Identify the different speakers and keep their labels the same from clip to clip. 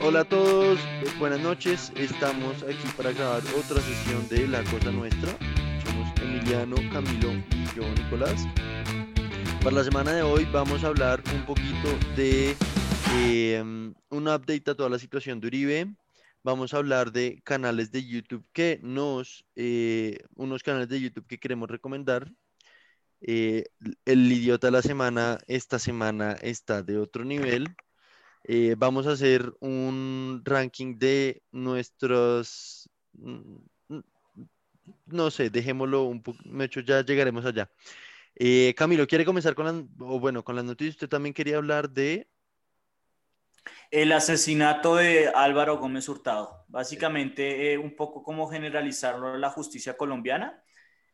Speaker 1: Hola a todos, buenas noches. Estamos aquí para grabar otra sesión de La Cosa Nuestra. Somos Emiliano, Camilo y yo, Nicolás. Para la semana de hoy vamos a hablar un poquito de un update a toda la situación de Uribe. Vamos a hablar de canales de YouTube unos canales de YouTube que queremos recomendar. Eh, el idiota de la semana, esta semana está de otro nivel. Vamos a hacer un ranking de nuestros, no sé, dejémoslo un poco, hecho ya llegaremos allá. Camilo, ¿quiere comenzar con las noticias? Usted también quería hablar de...
Speaker 2: El asesinato de Álvaro Gómez Hurtado, básicamente un poco como generalizarlo a la justicia colombiana.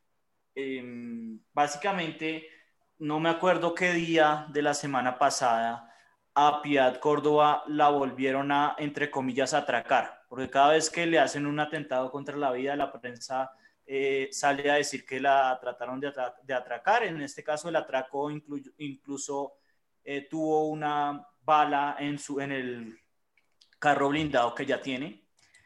Speaker 2: Básicamente, no me acuerdo qué día de la semana pasada a Piedad Córdoba la volvieron a, entre comillas, atracar, porque cada vez que le hacen un atentado contra la vida, la prensa sale a decir que la trataron de atracar. En este caso, el atraco incluso tuvo una bala en el carro blindado que ya tiene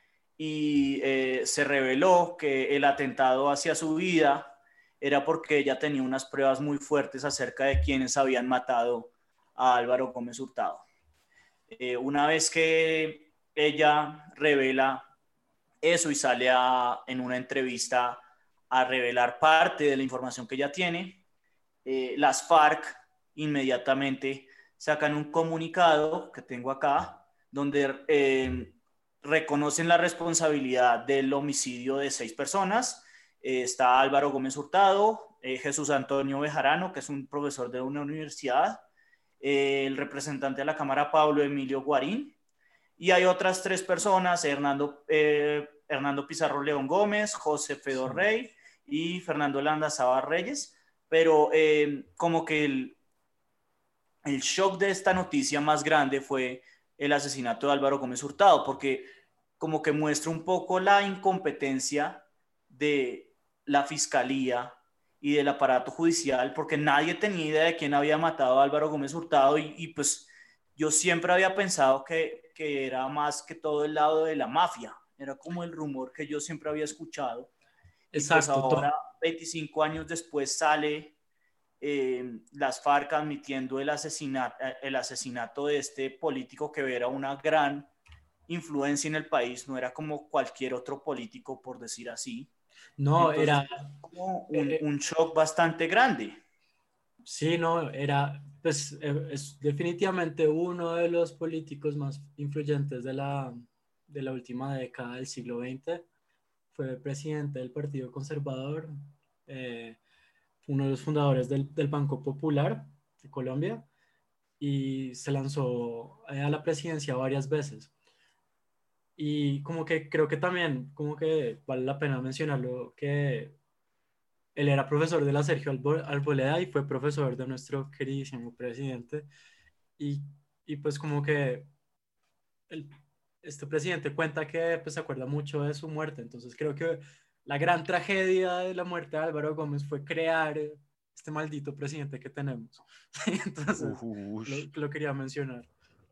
Speaker 2: y se reveló que el atentado hacia su vida era porque ella tenía unas pruebas muy fuertes acerca de quienes habían matado a Álvaro Gómez Hurtado. Una vez que ella revela eso y sale en una entrevista a revelar parte de la información que ella tiene, las FARC inmediatamente sacan un comunicado que tengo acá, donde reconocen la responsabilidad del homicidio de 6 personas. Está Álvaro Gómez Hurtado, Jesús Antonio Bejarano, que es un profesor de una universidad, el representante de la Cámara Pablo Emilio Guarín, y hay otras 3 personas, Hernando Pizarro León Gómez, José Fedor
Speaker 1: Sí.
Speaker 2: Rey y Fernando Landazaba Reyes, pero como que el shock de esta noticia más grande fue el asesinato de Álvaro Gómez Hurtado, porque como que muestra un poco la incompetencia de la fiscalía y del aparato judicial, porque nadie tenía idea de quién había matado a Álvaro Gómez Hurtado y pues yo siempre había pensado que era más que todo el lado de la mafia, era como el rumor que yo siempre había escuchado y pues
Speaker 3: Exacto,
Speaker 2: ahora, 25 años después, sale las FARC admitiendo el asesinato de este político que era una gran influencia en el país, no era como cualquier otro político, por decir así.
Speaker 3: no,
Speaker 2: Entonces,
Speaker 3: era,
Speaker 2: es como
Speaker 3: eh,
Speaker 2: un shock bastante grande.
Speaker 3: sí, no, era, pues es definitivamente uno de los políticos más influyentes de la última década del siglo XX. Fue presidente del Partido Conservador, eh, uno de los fundadores del Banco Popular de Colombia y se lanzó a la presidencia varias veces. Y como que creo que también, como que vale la pena mencionarlo, que él era profesor de la Sergio Arboleda y fue profesor de nuestro queridísimo presidente. Y, y pues como que el, este presidente cuenta que pues, se acuerda mucho de su muerte. Entonces creo que la gran tragedia de la muerte de Álvaro Gómez fue crear este maldito presidente que tenemos. Entonces
Speaker 1: Ush.
Speaker 3: lo quería mencionar.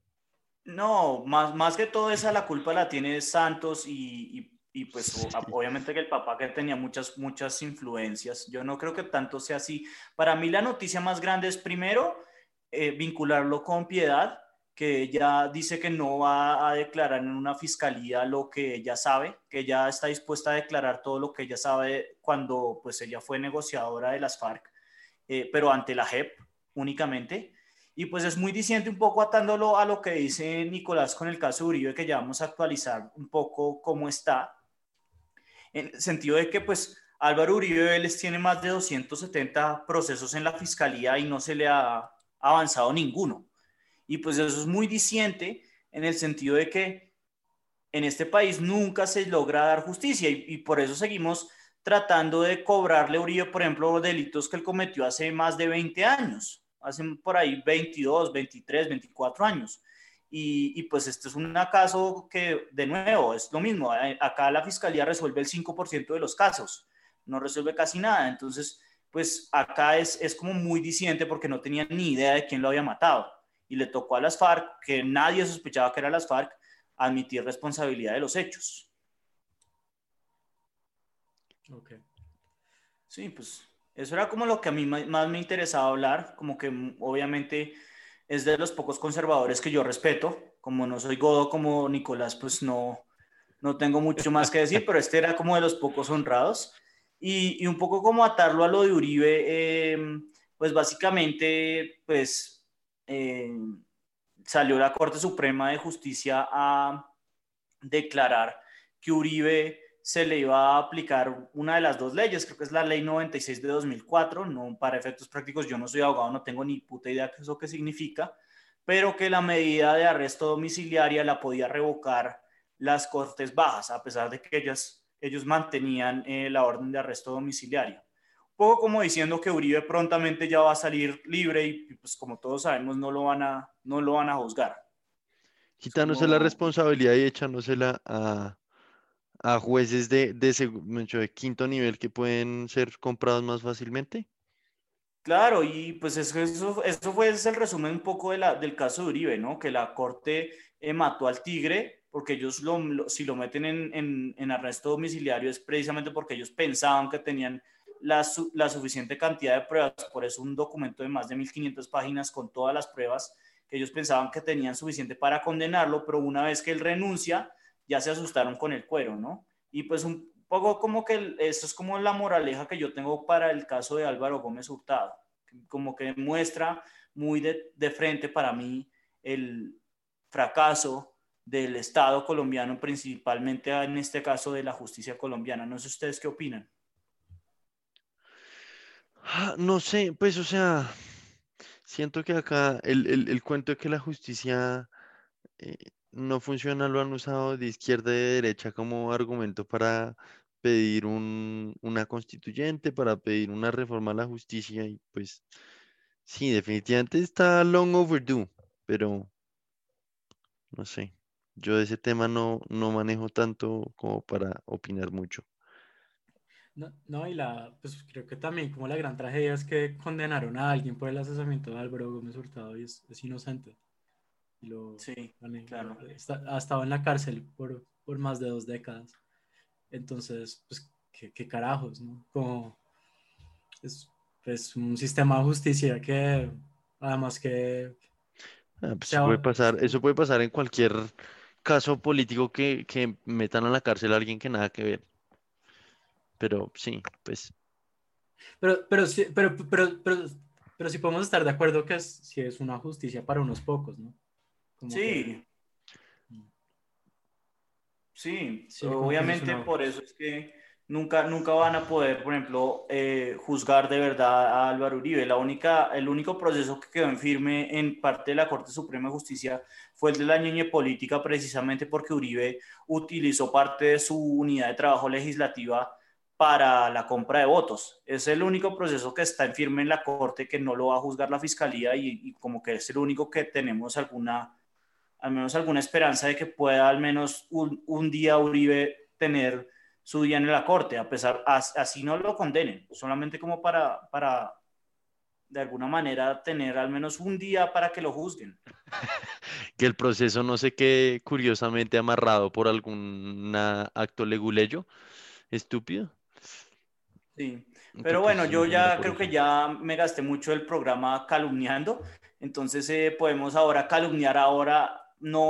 Speaker 2: No, más que todo esa la culpa la tiene Santos y pues
Speaker 1: Sí.
Speaker 2: obviamente que el papá que tenía muchas influencias. Yo no creo que tanto sea así. Para mí la noticia más grande es primero vincularlo con Piedad, que ella dice que no va a declarar en una fiscalía lo que ella sabe, que ella está dispuesta a declarar todo lo que ella sabe cuando pues ella fue negociadora de las FARC, pero ante la JEP únicamente. Y pues es muy diciente un poco atándolo a lo que dice Nicolás con el caso de Uribe, que ya vamos a actualizar un poco cómo está, en el sentido de que pues Álvaro Uribe Vélez tiene más de 270 procesos en la fiscalía y no se le ha avanzado ninguno. Y pues eso es muy diciente en el sentido de que en este país nunca se logra dar justicia y por eso seguimos tratando de cobrarle a Uribe, por ejemplo, delitos que él cometió hace más de 20 años, hace por ahí 22, 23, 24 años. Pues este es un caso que, de nuevo, es lo mismo. Acá la fiscalía resuelve el 5% de los casos, no resuelve casi nada. Entonces, pues acá es como muy disidente porque no tenía ni idea de quién lo había matado. Y le tocó a las FARC, que nadie sospechaba que eran las FARC, admitir responsabilidad de los hechos.
Speaker 3: Ok.
Speaker 2: Sí, pues eso era como lo que a mí más me interesaba hablar, como que obviamente es de los pocos conservadores que yo respeto, como no soy godo como Nicolás, pues no tengo mucho más que decir, pero este era como de los pocos honrados. Y un poco como atarlo a lo de Uribe, pues básicamente, pues salió la Corte Suprema de Justicia a declarar que Uribe se le iba a aplicar una de las dos leyes, creo que es la ley 96 de 2004, no, para efectos prácticos yo no soy abogado, no tengo ni puta idea de eso qué significa, pero que la medida de arresto domiciliaria la podía revocar las Cortes Bajas, a pesar de que ellos mantenían la orden de arresto domiciliario. Un poco como diciendo que Uribe prontamente ya va a salir libre y pues como todos sabemos no lo van a juzgar. Es
Speaker 1: Quitándose la
Speaker 2: como,
Speaker 1: responsabilidad y echándosela a jueces de quinto nivel que pueden ser comprados más fácilmente.
Speaker 2: claro, y pues eso fue el resumen un poco del caso de Uribe, ¿no? Que la corte mató al tigre, porque ellos si lo meten en arresto domiciliario es precisamente porque ellos pensaban que tenían la suficiente cantidad de pruebas, por eso un documento de más de 1500 páginas con todas las pruebas que ellos pensaban que tenían suficiente para condenarlo, pero una vez que él renuncia, ya se asustaron con el cuero, ¿no? Y pues un poco como que eso es como la moraleja que yo tengo para el caso de Álvaro Gómez Hurtado, como que muestra muy de frente para mí el fracaso del Estado colombiano, principalmente en este caso de la justicia colombiana. No sé ustedes qué opinan.
Speaker 1: No sé, pues o sea, siento que acá el cuento de que la justicia eh, no funciona lo han usado de izquierda y de derecha como argumento para pedir una constituyente, para pedir una reforma a la justicia y pues sí, definitivamente está long overdue, pero no sé, yo de ese tema no manejo tanto como para opinar mucho.
Speaker 3: No, no, pues creo que también como la gran tragedia es que condenaron a alguien por el asesinamiento de Álvaro Gómez Hurtado y es inocente. Y
Speaker 2: Sí, claro.
Speaker 3: ha estado en la cárcel por más de 2 décadas. Entonces, pues, qué carajos, ¿no? Como es pues, un sistema de justicia que, además que
Speaker 1: Pues
Speaker 3: se ha-
Speaker 1: eso puede pasar en cualquier caso político que metan a la cárcel a alguien que nada que ver. Pero sí, pues
Speaker 3: pero, sí- pero sí podemos estar de acuerdo que sí es una justicia para unos pocos, ¿no? Como que
Speaker 2: Sí, sí,
Speaker 3: sí, como que eso es
Speaker 2: obviamente
Speaker 3: una...
Speaker 2: por eso es que nunca van a poder, por ejemplo, juzgar de verdad a Álvaro Uribe. El único proceso que quedó en firme en parte de la Corte Suprema de Justicia fue el de la ñeñe política, precisamente porque Uribe utilizó parte de su unidad de trabajo legislativa para la compra de votos. Es el único proceso que está en firme en la Corte, que no lo va a juzgar la Fiscalía y como que es el único que tenemos al menos alguna esperanza de que pueda al menos un día Uribe tener su día en la corte, a pesar, así no lo condenen, solamente como para de alguna manera tener al menos un día para que lo juzguen.
Speaker 1: que el proceso no se quede curiosamente amarrado por algún acto leguleyo estúpido.
Speaker 2: Sí,
Speaker 1: Que
Speaker 2: pero
Speaker 1: pues
Speaker 2: bueno,
Speaker 1: eso no
Speaker 2: yo
Speaker 1: se muere
Speaker 2: ya
Speaker 1: por
Speaker 2: creo
Speaker 1: eso.
Speaker 2: que ya me gasté mucho el programa calumniando, entonces podemos ahora calumniar ahora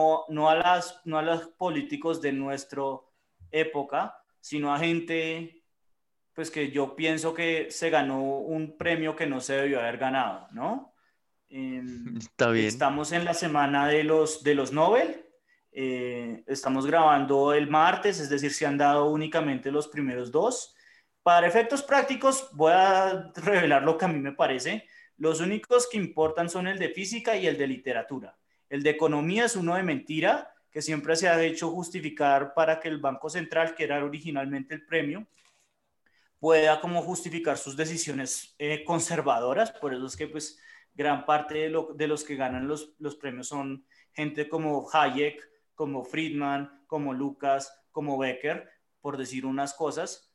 Speaker 2: no a los políticos de nuestra época, sino a gente pues que yo pienso que se ganó un premio que no se debió haber ganado, ¿no? Eh,
Speaker 1: Está bien.
Speaker 2: Estamos en la semana de los Nobel, estamos grabando el martes, es decir, se han dado únicamente los primeros dos. Para efectos prácticos, voy a revelar lo que a mí me parece. Los únicos que importan son el de física y el de literatura. El de economía es uno de mentira, que siempre se ha hecho justificar para que el Banco Central, que era originalmente el premio, pueda como justificar sus decisiones conservadoras. Por eso es que pues gran parte de los que ganan los premios son gente como Hayek, como Friedman, como Lucas, como Becker, por decir unas cosas.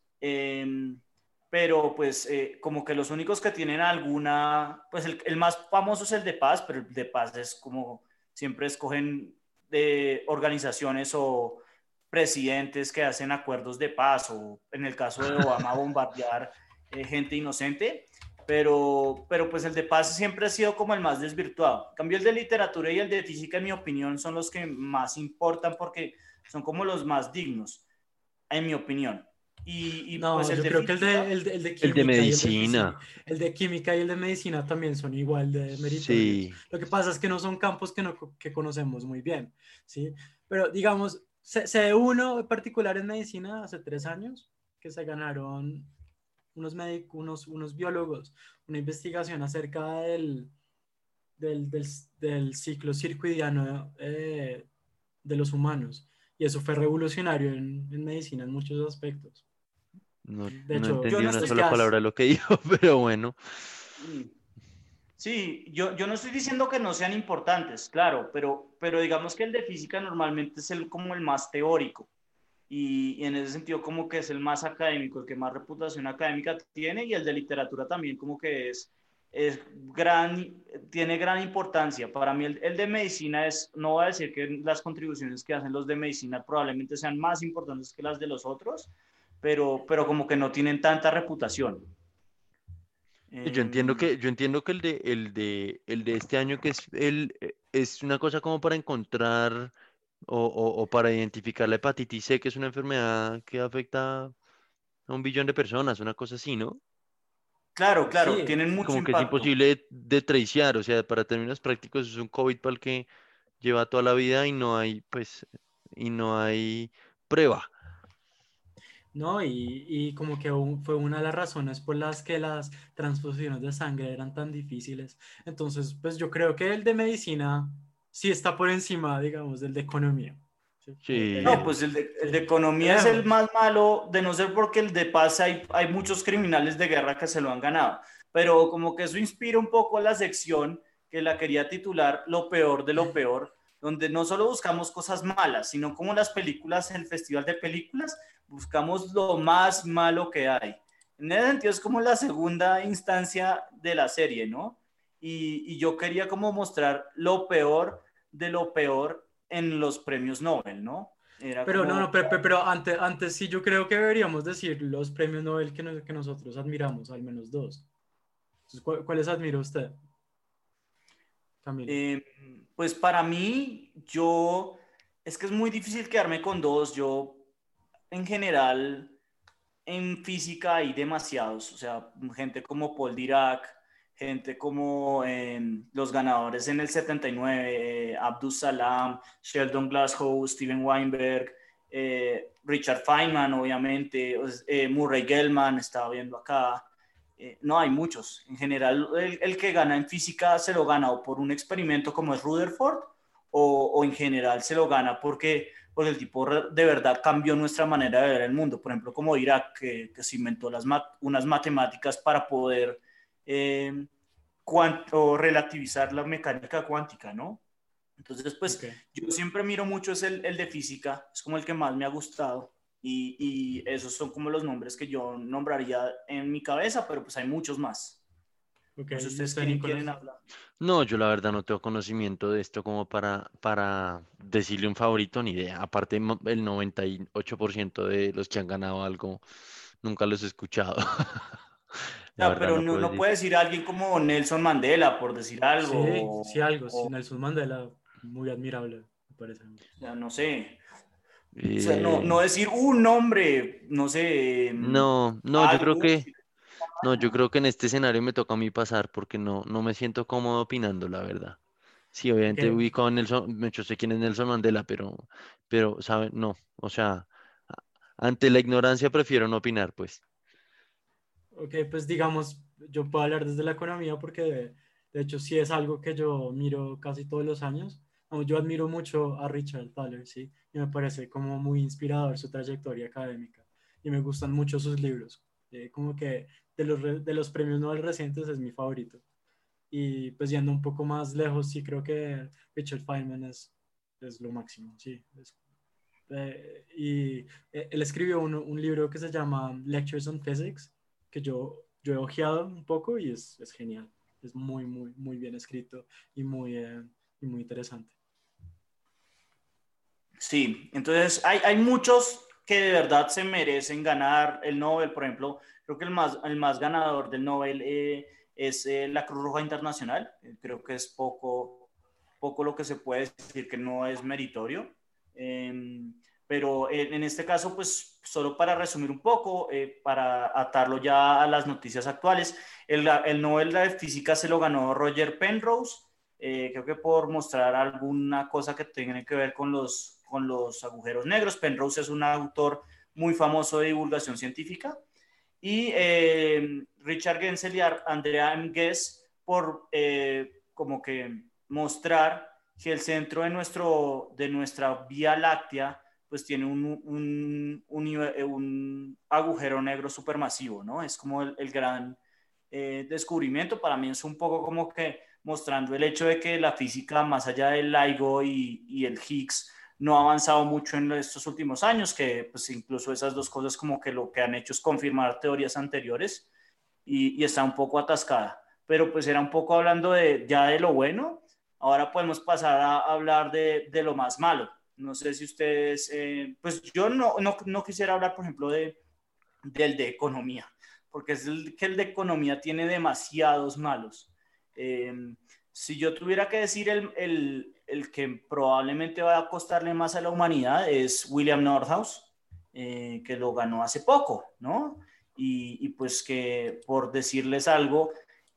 Speaker 2: Pero pues como que los únicos que tienen alguna, pues el más famoso es el de Paz, pero el de Paz es como siempre escogen de organizaciones o presidentes que hacen acuerdos de paz, o en el caso de Obama bombardear gente inocente, pero pues el de paz siempre ha sido como el más desvirtuado. En cambio, el de literatura y el de física, en mi opinión, son los que más importan porque son como los más dignos, en mi opinión. Y pues
Speaker 3: No,
Speaker 2: el
Speaker 3: yo
Speaker 2: de
Speaker 3: creo que
Speaker 2: física,
Speaker 3: el de
Speaker 1: El de
Speaker 3: química y el de
Speaker 1: medicina.
Speaker 3: sí, el de química y el de medicina también son igual de meritorios.
Speaker 1: Sí.
Speaker 3: Lo que pasa es que no son campos que, no, que conocemos muy bien, ¿sí? Pero digamos, sé uno en particular en medicina hace 3 años que se ganaron unos médicos, unos biólogos, una investigación acerca del, del, del ciclo circadiano de los humanos. Y eso fue revolucionario en medicina en muchos aspectos.
Speaker 1: No,
Speaker 3: De
Speaker 1: no
Speaker 3: hecho,
Speaker 2: yo
Speaker 1: entendí
Speaker 2: no
Speaker 1: una
Speaker 2: estoy...
Speaker 3: pues
Speaker 1: sola
Speaker 3: ya,
Speaker 1: palabra de lo que dijo, pero bueno.
Speaker 2: Sí, yo no estoy diciendo que no sean importantes, claro, pero digamos que el de física normalmente es como el más teórico y en ese sentido como que es el más académico, el que más reputación académica tiene, y el de literatura también como que es tiene gran importancia. Para mí el de medicina es, no voy a decir que las contribuciones que hacen los de medicina probablemente sean más importantes que las de los otros, pero como que no tienen tanta reputación. Eh,
Speaker 1: Yo entiendo que el de este año que es es una cosa como para encontrar o para identificar la hepatitis C, que es una enfermedad que afecta a 1 billón de personas, una cosa así, ¿no?
Speaker 2: claro, claro,
Speaker 3: sí,
Speaker 2: tienen
Speaker 1: Y
Speaker 2: mucho
Speaker 1: como que es
Speaker 2: impacto.
Speaker 1: imposible de tracear, o sea, para términos prácticos es un COVID para el que lleva toda la vida y no hay, pues, y no hay prueba.
Speaker 3: ¿no? Y como que fue una de las razones por las que las transfusiones de sangre eran tan difíciles. Entonces, pues yo creo que el de medicina sí está por encima, digamos, del de economía. ¿Sí? De
Speaker 2: No,
Speaker 1: Sí.
Speaker 2: pues
Speaker 3: lejos,
Speaker 2: el de
Speaker 3: ¿sí? De
Speaker 2: economía es el
Speaker 3: lejos.
Speaker 2: más malo, de no ser porque el de paz hay muchos criminales de guerra que se lo han ganado. Pero como que eso inspira un poco la sección que la quería titular Lo peor de lo peor, donde no solo buscamos cosas malas, sino como las películas, en el Festival de Películas, buscamos lo más malo que hay. En ese sentido es como la segunda instancia de la serie, ¿no? Y yo quería como mostrar lo peor de lo peor en los premios Nobel, ¿no? Era
Speaker 3: Pero no, no,
Speaker 2: como,
Speaker 3: pero antes sí yo creo que deberíamos decir los premios Nobel que nosotros admiramos, al menos dos. Entonces, ¿cuáles admira usted, Camilo?
Speaker 2: eh, pues para mí, es que es muy difícil quedarme con dos. Yo, en general, en física hay demasiados, o sea, gente como Paul Dirac, gente como los ganadores en el 79, Abdus Salam, Sheldon Glasgow, Steven Weinberg, Richard Feynman, obviamente, Murray Gell-Mann, estaba viendo acá. No, hay muchos. En general, el que gana en física se lo gana o por un experimento como es Rutherford, o en general se lo gana porque el tipo de verdad cambió nuestra manera de ver el mundo. Por ejemplo, como Dirac, que se inventó unas matemáticas para poder eh, o relativizar la mecánica cuántica, ¿no? Entonces,
Speaker 3: Ok.
Speaker 2: pues yo siempre miro mucho es el de física, es como el que más me ha gustado. Y esos son como los nombres que yo nombraría en mi cabeza, pero pues hay muchos más.
Speaker 3: Ok,
Speaker 2: No sé
Speaker 3: ¿y
Speaker 2: ustedes
Speaker 3: usted,
Speaker 2: quieren
Speaker 3: Nicolás?
Speaker 2: hablar.
Speaker 1: No, yo la verdad no tengo conocimiento de esto como para decirle un favorito ni idea. Aparte, el 98% de los que han ganado algo nunca los he escuchado.
Speaker 2: O
Speaker 1: La
Speaker 2: sea,
Speaker 1: verdad
Speaker 2: pero
Speaker 1: no
Speaker 2: no,
Speaker 1: puedo
Speaker 2: no
Speaker 1: decir.
Speaker 2: puede decir alguien como Nelson Mandela, por decir
Speaker 3: Sí,
Speaker 2: algo,
Speaker 3: sí, algo. Sí,
Speaker 2: o
Speaker 3: Nelson Mandela, muy admirable, me parece.
Speaker 2: sea, no sé. O sea,
Speaker 1: Eh,
Speaker 2: no decir un nombre, no sé,
Speaker 1: no, no, yo creo
Speaker 2: algo.
Speaker 1: que no, yo creo que en este escenario me toca a mí pasar porque no me siento cómodo opinando, la verdad. Sí,
Speaker 3: Ok,
Speaker 1: obviamente ubico a Nelson, yo sé quién es Nelson Mandela, ¿saben? No, o sea, a- ante la ignorancia prefiero no opinar, pues.
Speaker 3: ok, pues digamos, yo puedo hablar desde la economía porque de hecho sí es algo que yo miro casi todos los años. Yo admiro mucho a Richard Thaler, sí, y me parece como muy inspirador su trayectoria académica y me gustan mucho sus libros. Como que de los premios Nobel recientes es mi favorito. Y pues yendo un poco más lejos, sí creo que Richard Feynman es lo máximo, sí. Y él escribió un libro que se llama Lectures on Physics, que yo he hojeado un poco y es genial. Es muy, muy, muy bien escrito y muy interesante.
Speaker 2: Sí, entonces hay muchos que de verdad se merecen ganar el Nobel. Por ejemplo, creo que el más ganador del Nobel es la Cruz Roja Internacional. Creo que es poco lo que se puede decir que no es meritorio. Pero en este caso, pues solo para resumir un poco, para atarlo ya a las noticias actuales, el Nobel de Física se lo ganó Roger Penrose, creo que por mostrar alguna cosa que tenga que ver con los agujeros negros. Penrose es un autor muy famoso de divulgación científica. Y Richard Gensel y Andrea M. Guess por como que mostrar que el centro de nuestra Vía Láctea pues tiene un agujero negro supermasivo, ¿no? Es como el gran descubrimiento. Para mí es un poco como que mostrando el hecho de que la física, más allá del LIGO y el Higgs, no ha avanzado mucho en estos últimos años, que pues incluso esas dos cosas como que lo que han hecho es confirmar teorías anteriores y está un poco atascada. Pero pues era un poco hablando ya de lo bueno, ahora podemos pasar a hablar de lo más malo. No sé si ustedes, pues yo no quisiera hablar, por ejemplo, del de economía, porque es que el de economía tiene demasiados malos. Si yo tuviera que decir el que probablemente va a costarle más a la humanidad es William Nordhaus, que lo ganó hace poco, ¿no? Y pues que por decirles algo,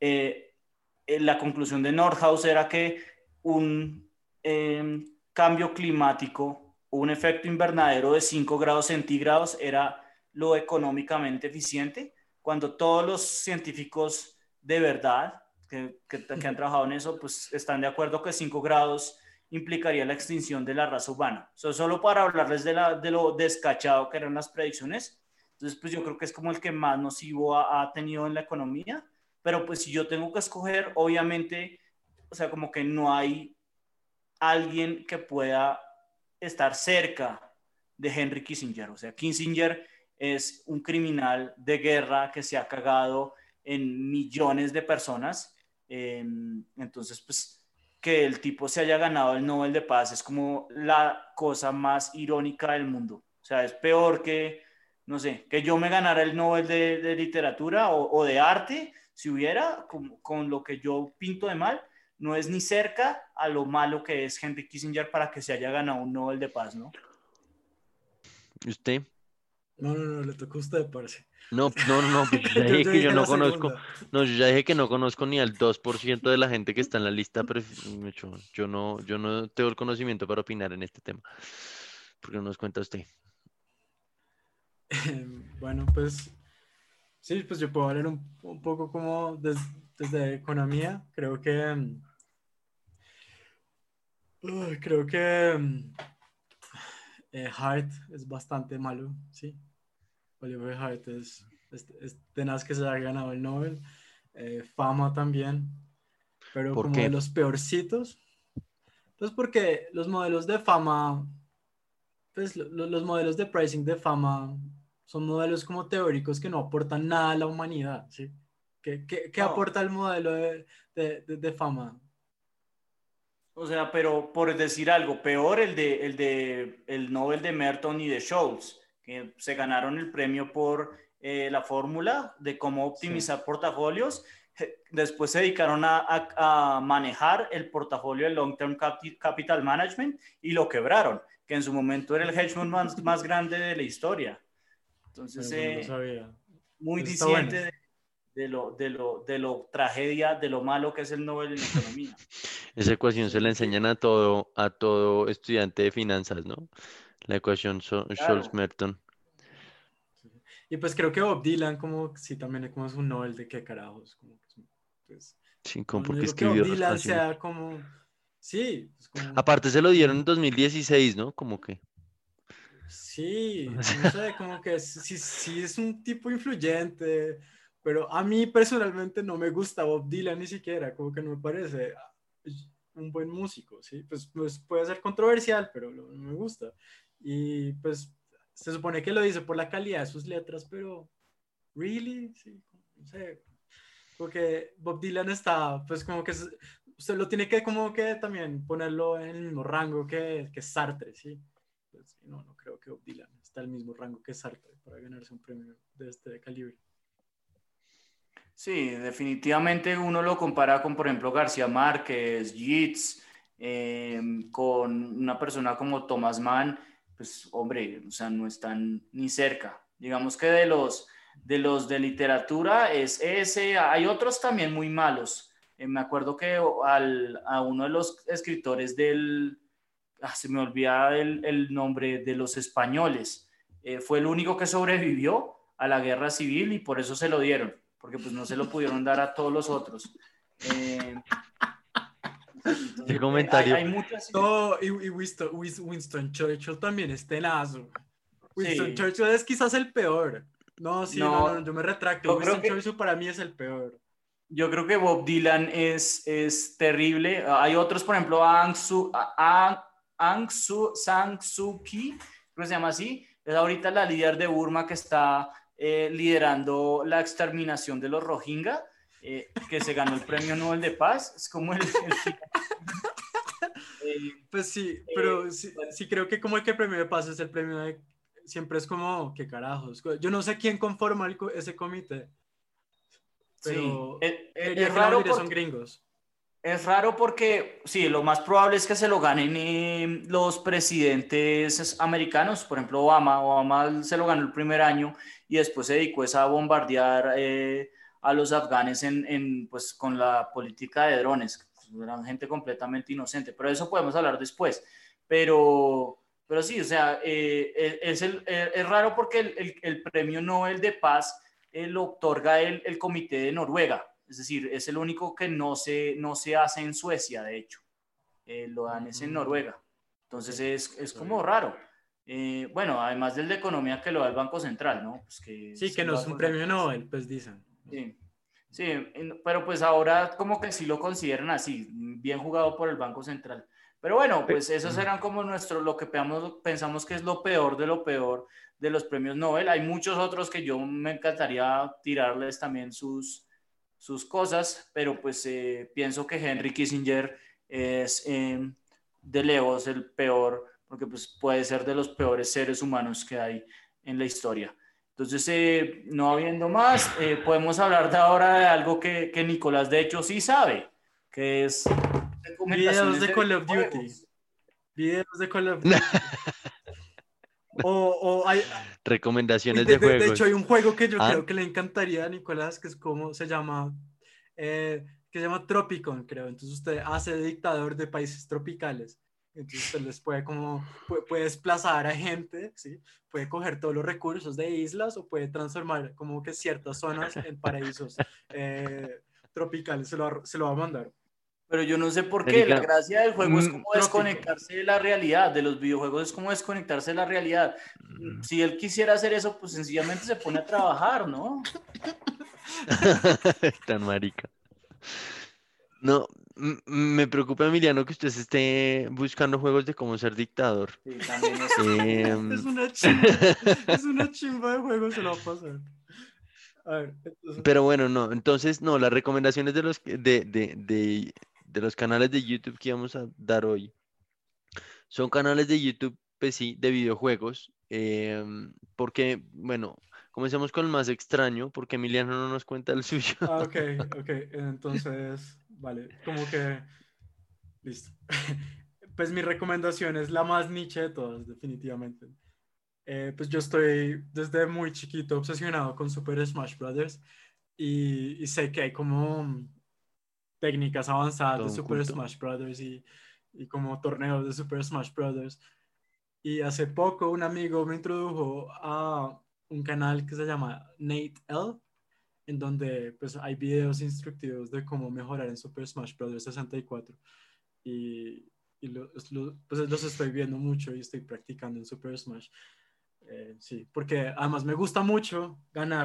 Speaker 2: la conclusión de Nordhaus era que un cambio climático, un efecto invernadero de 5 grados centígrados era lo económicamente eficiente, cuando todos los científicos de verdad que han trabajado en eso, pues están de acuerdo que 5 grados implicaría la extinción de la raza humana. Solo para hablarles de lo descachado que eran las predicciones. Entonces, pues yo creo que es como el que más nocivo ha tenido en la economía, pero pues si yo tengo que escoger, obviamente, o sea, como que no hay alguien que pueda estar cerca de Henry Kissinger. O sea, Kissinger es un criminal de guerra que se ha cagado en millones de personas. Entonces, pues, que el tipo se haya ganado el Nobel de Paz es como la cosa más irónica del mundo. O sea, es peor que, no sé, que yo me ganara el Nobel de literatura o de arte, si hubiera, con lo que yo pinto de mal, no es ni cerca a lo malo que es Henry Kissinger para que se haya ganado un Nobel de Paz, ¿no?
Speaker 1: ¿Y usted?
Speaker 3: No, le tocó a usted, parce.
Speaker 1: No, pues yo ya
Speaker 3: Yo,
Speaker 1: dije
Speaker 3: yo
Speaker 1: que yo
Speaker 3: dije
Speaker 1: no
Speaker 3: la
Speaker 1: conozco,
Speaker 3: segunda.
Speaker 1: no, yo ya dije que no conozco ni al 2% de la gente que está en la lista, yo no tengo el conocimiento para opinar en este tema. ¿Por qué no nos cuenta usted?
Speaker 3: Bueno, pues sí, pues yo puedo hablar un poco como desde economía. Creo que Hart es bastante malo, sí. Oliver Hart es tenaz que se haya ganado el Nobel. Fama también, pero
Speaker 1: ¿Por
Speaker 3: como de
Speaker 1: qué?
Speaker 3: los peorcitos. Pues porque los modelos de fama, pues los modelos de pricing de fama son modelos como teóricos que no aportan nada a la humanidad, ¿sí? ¿Qué
Speaker 2: No,
Speaker 3: aporta el modelo de fama?
Speaker 2: o sea, pero por decir algo, peor el Nobel de Merton y de Scholz, que se ganaron el premio por la fórmula de cómo
Speaker 3: Sí.
Speaker 2: optimizar portafolios. Después se dedicaron a manejar el portafolio de Long Term Capital Management y lo quebraron, que en su momento era el hedge fund más grande de la historia. Entonces,
Speaker 3: Eso no lo sabía.
Speaker 2: muy
Speaker 3: Eso está bueno.
Speaker 2: diciente de lo tragedia, de lo malo que es el Nobel en economía.
Speaker 1: Esa ecuación se la
Speaker 3: Sí,
Speaker 1: enseñan a todo estudiante de finanzas, ¿no? La ecuación
Speaker 2: Claro.
Speaker 1: Scholz-Merton.
Speaker 3: sí. Y pues creo que Bob Dylan como sí también es como es un Nobel de qué carajos, como que pues,
Speaker 1: Sí, como
Speaker 3: no
Speaker 1: porque
Speaker 3: digo que Bob
Speaker 1: escribió
Speaker 3: Dylan
Speaker 1: canciones.
Speaker 3: sea como sí, es como
Speaker 1: Aparte se lo dieron en
Speaker 3: un
Speaker 1: 2016, ¿no? Como que.
Speaker 3: sí, no sé, como que sí es un tipo influyente, pero a mí personalmente no me gusta Bob Dylan ni siquiera, como que no me parece un buen músico, ¿sí? Pues puede ser controversial, pero no me gusta. Y pues se supone que lo dice por la calidad de sus letras, pero ¿really? Sí, no sé, porque Bob Dylan está, pues como que usted lo tiene que como que también ponerlo en el mismo rango que Sartre, ¿sí? pues, no creo que Bob Dylan está al mismo rango que Sartre para ganarse un premio de este calibre.
Speaker 2: Sí, definitivamente uno lo compara con, por ejemplo, García Márquez, Yeats, con una persona como Thomas Mann, pues hombre, o sea, no están ni cerca. Digamos que de los de literatura es ese, hay otros también muy malos. Me acuerdo que a uno de los escritores se me olvida el nombre, de los españoles, fue el único que sobrevivió a la guerra civil y por eso se lo dieron, porque pues no se lo pudieron dar a todos los otros.
Speaker 1: ¿Qué
Speaker 2: Entonces,
Speaker 1: comentario?
Speaker 2: hay muchas.
Speaker 3: No, y Winston Churchill también es tenazo. Winston
Speaker 2: Sí,
Speaker 3: Churchill es quizás el peor. No, sí, no,
Speaker 2: no,
Speaker 3: yo me retracto.
Speaker 2: yo creo
Speaker 3: Winston
Speaker 2: que,
Speaker 3: Churchill para mí es el peor.
Speaker 2: yo creo que Bob Dylan es terrible. Hay otros, por ejemplo, San Suu Kyi, creo que se llama así. Es ahorita la líder de Burma que está liderando la exterminación de los Rohingya, que se ganó el Premio Nobel de Paz. Es como
Speaker 3: Pues sí, pero sí creo que como el que el premio de paz es el premio de... Siempre es como, ¿qué carajos? Yo no sé quién conforma ese comité,
Speaker 2: sí,
Speaker 3: pero
Speaker 2: es,
Speaker 3: creería
Speaker 2: es
Speaker 3: que la
Speaker 2: raro
Speaker 3: mayoría son
Speaker 2: porque
Speaker 3: gringos.
Speaker 2: Es raro porque, sí, lo más probable es que se lo ganen los presidentes americanos. Por ejemplo, Obama se lo ganó el primer año y después se dedicó a bombardear a los afganes pues, con la política de drones. Eran gente completamente inocente, pero de eso podemos hablar después. Pero sí, o sea, es raro porque el premio Nobel de Paz lo otorga el Comité de Noruega. Es decir, es el único que no se hace en Suecia, de hecho. Lo dan es en Noruega. Entonces
Speaker 3: Okay.
Speaker 2: es como raro. Bueno, además del de economía que lo da el Banco Central, ¿no? Pues que
Speaker 3: Sí,
Speaker 2: es
Speaker 3: que
Speaker 2: el
Speaker 3: no es un
Speaker 2: Banco
Speaker 3: premio
Speaker 2: Central.
Speaker 3: Nobel, pues dicen.
Speaker 2: Sí, sí, pero pues ahora como que sí lo consideran así, bien jugado por el Banco Central. Pero bueno,
Speaker 1: Pe-
Speaker 2: pues esos eran como lo que pensamos que es lo peor de los premios Nobel. Hay muchos otros que yo me encantaría tirarles también sus cosas, pero pues pienso que Henry Kissinger es de lejos el peor, porque pues puede ser de los peores seres humanos que hay en la historia. Entonces, no habiendo más, podemos hablar de ahora de algo que Nicolás de hecho sí sabe, que es
Speaker 3: Videos
Speaker 2: recomendaciones
Speaker 3: de
Speaker 2: de
Speaker 3: Call of Duty.
Speaker 2: videojuegos.
Speaker 3: Videos de Call of Duty. O hay,
Speaker 1: Recomendaciones de
Speaker 3: de hecho, hay
Speaker 1: juegos.
Speaker 3: un juego que yo
Speaker 1: ¿Ah?
Speaker 3: creo que le encantaría a Nicolás, que es como que se llama Tropicon, creo. Entonces usted hace de dictador de países tropicales. Entonces usted les puede desplazar a gente, ¿sí? Puede coger todos los recursos de islas o puede transformar como que ciertas zonas en paraísos tropicales. Se lo va a mandar.
Speaker 2: Pero yo no sé por qué, la
Speaker 1: Marica,
Speaker 2: gracia del juego es
Speaker 1: mm,
Speaker 2: como
Speaker 3: Tropicon.
Speaker 2: desconectarse de la realidad, de los videojuegos es como desconectarse de la realidad. Si él quisiera hacer eso, pues sencillamente se pone a trabajar, ¿no?
Speaker 1: tan marica. No, me preocupa, Emiliano, que usted se esté buscando juegos de cómo ser dictador.
Speaker 2: Sí, también es.
Speaker 3: Es
Speaker 1: Em,
Speaker 3: una chimba. Es una chimba de juego, se lo va a pasar. A ver, entonces,
Speaker 1: pero bueno, no, entonces, no, las recomendaciones de los canales de YouTube que vamos a dar hoy son canales de YouTube, pues sí, de videojuegos. Porque, bueno, comencemos con el más extraño, porque Emiliano no nos cuenta el suyo.
Speaker 3: ok, ok. Entonces, vale, como que listo. Pues mi recomendación es la más niche de todas, definitivamente. Pues yo estoy desde muy chiquito obsesionado con Super Smash Brothers y sé que hay como técnicas avanzadas de
Speaker 1: Todo un
Speaker 3: Super
Speaker 1: culto.
Speaker 3: Smash Brothers y como torneos de Super Smash Brothers. Y hace poco un amigo me introdujo a un canal que se llama Nate L, en donde pues hay videos instructivos de cómo mejorar en Super Smash Bros. 64 y, pues los estoy viendo mucho y estoy practicando en Super Smash. Sí, porque además me gusta mucho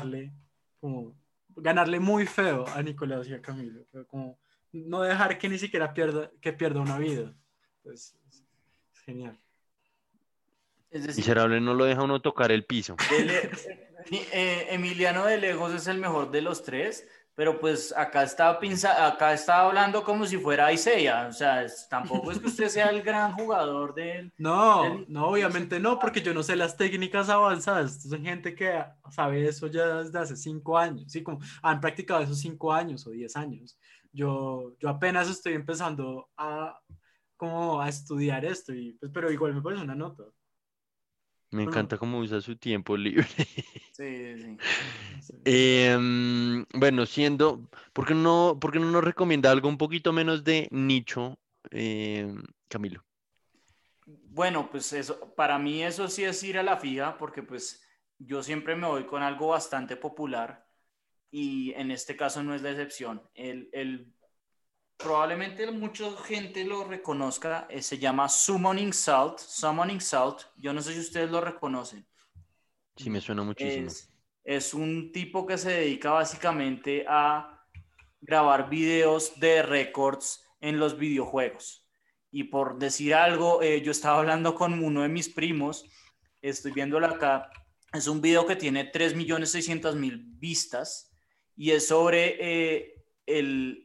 Speaker 3: ganarle muy feo a Nicolás y a Camilo, como no dejar que ni siquiera pierda una vida. Pues, es genial.
Speaker 2: Es decir,
Speaker 1: Miserable, no lo deja uno tocar el piso.
Speaker 2: Emiliano de lejos es el mejor de los tres. pero pues acá estaba hablando como si fuera Isaiah, o sea, tampoco es que usted sea el gran jugador
Speaker 3: No,
Speaker 2: del
Speaker 3: no, obviamente no, porque yo no sé las técnicas avanzadas. Estos son gente que sabe eso ya desde hace 5 años, sí, como han practicado esos 5 años o 10 años. Yo apenas estoy empezando como a estudiar esto, y, pues, pero igual me parece una nota.
Speaker 1: Me
Speaker 3: Bueno,
Speaker 1: encanta cómo usa su tiempo libre.
Speaker 2: Sí, sí.
Speaker 3: no sé.
Speaker 1: Bueno, por qué no nos recomienda algo un poquito menos de nicho, Camilo?
Speaker 2: Bueno, pues eso, para mí eso sí es ir a la fija, porque pues yo siempre me voy con algo bastante popular y en este caso no es la excepción. Probablemente mucha gente lo reconozca, se llama Summoning Salt, Summoning Salt, yo no sé si ustedes lo reconocen.
Speaker 1: Sí, me
Speaker 3: No.
Speaker 1: suena muchísimo.
Speaker 2: Es un tipo que se dedica básicamente a grabar videos de récords en los videojuegos. Y por decir algo, yo estaba hablando con uno de mis primos, estoy viéndolo acá, es un video que tiene 3.600.000 vistas y es sobre el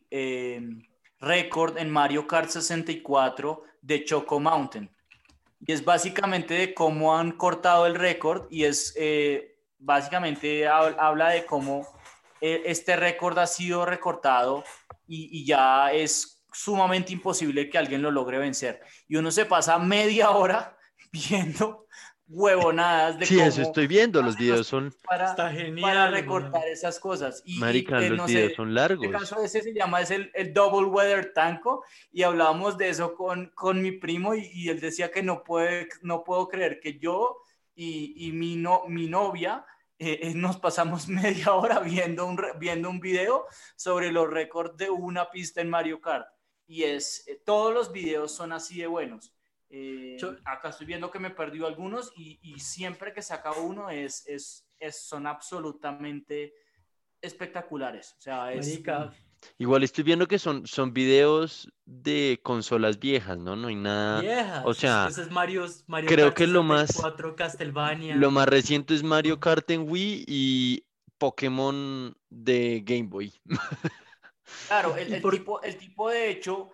Speaker 2: récord en Mario Kart 64 de Choco Mountain. Y es básicamente de cómo han cortado el récord y es básicamente habla de cómo este récord ha sido recortado y ya es sumamente imposible que alguien lo logre vencer. Y uno se pasa media hora viendo huevonadas de
Speaker 1: Sí, eso
Speaker 2: cómo
Speaker 1: estoy viendo. Los
Speaker 2: hacen los
Speaker 1: videos son,
Speaker 2: tipos
Speaker 3: Está
Speaker 2: para
Speaker 3: genial,
Speaker 2: recortar
Speaker 3: weón.
Speaker 2: esas cosas.
Speaker 1: marica, los
Speaker 2: No
Speaker 1: videos
Speaker 2: sé,
Speaker 1: son
Speaker 2: en este
Speaker 1: largos.
Speaker 2: caso ese se llama es el Double Weather Tanko y hablábamos de eso con mi primo y él decía que no puedo creer que yo y mi novia nos pasamos media hora viendo un video sobre los récords de una pista en Mario Kart. Y todos los videos son así de buenos.
Speaker 3: Yo,
Speaker 2: Acá estoy viendo que me perdió algunos y siempre que saca uno son absolutamente espectaculares. O sea,
Speaker 3: marica,
Speaker 1: Igual estoy viendo que son videos de consolas viejas, ¿no? No hay nada. O
Speaker 3: viejas.
Speaker 1: sea,
Speaker 3: Pues es Mario
Speaker 1: creo
Speaker 3: Kart
Speaker 1: que
Speaker 3: sesenta y cuatro,
Speaker 1: lo
Speaker 3: Castlevania.
Speaker 1: más reciente es Mario Kart en Wii y Pokémon de Game Boy.
Speaker 2: claro,
Speaker 3: Y por,
Speaker 2: el tipo de hecho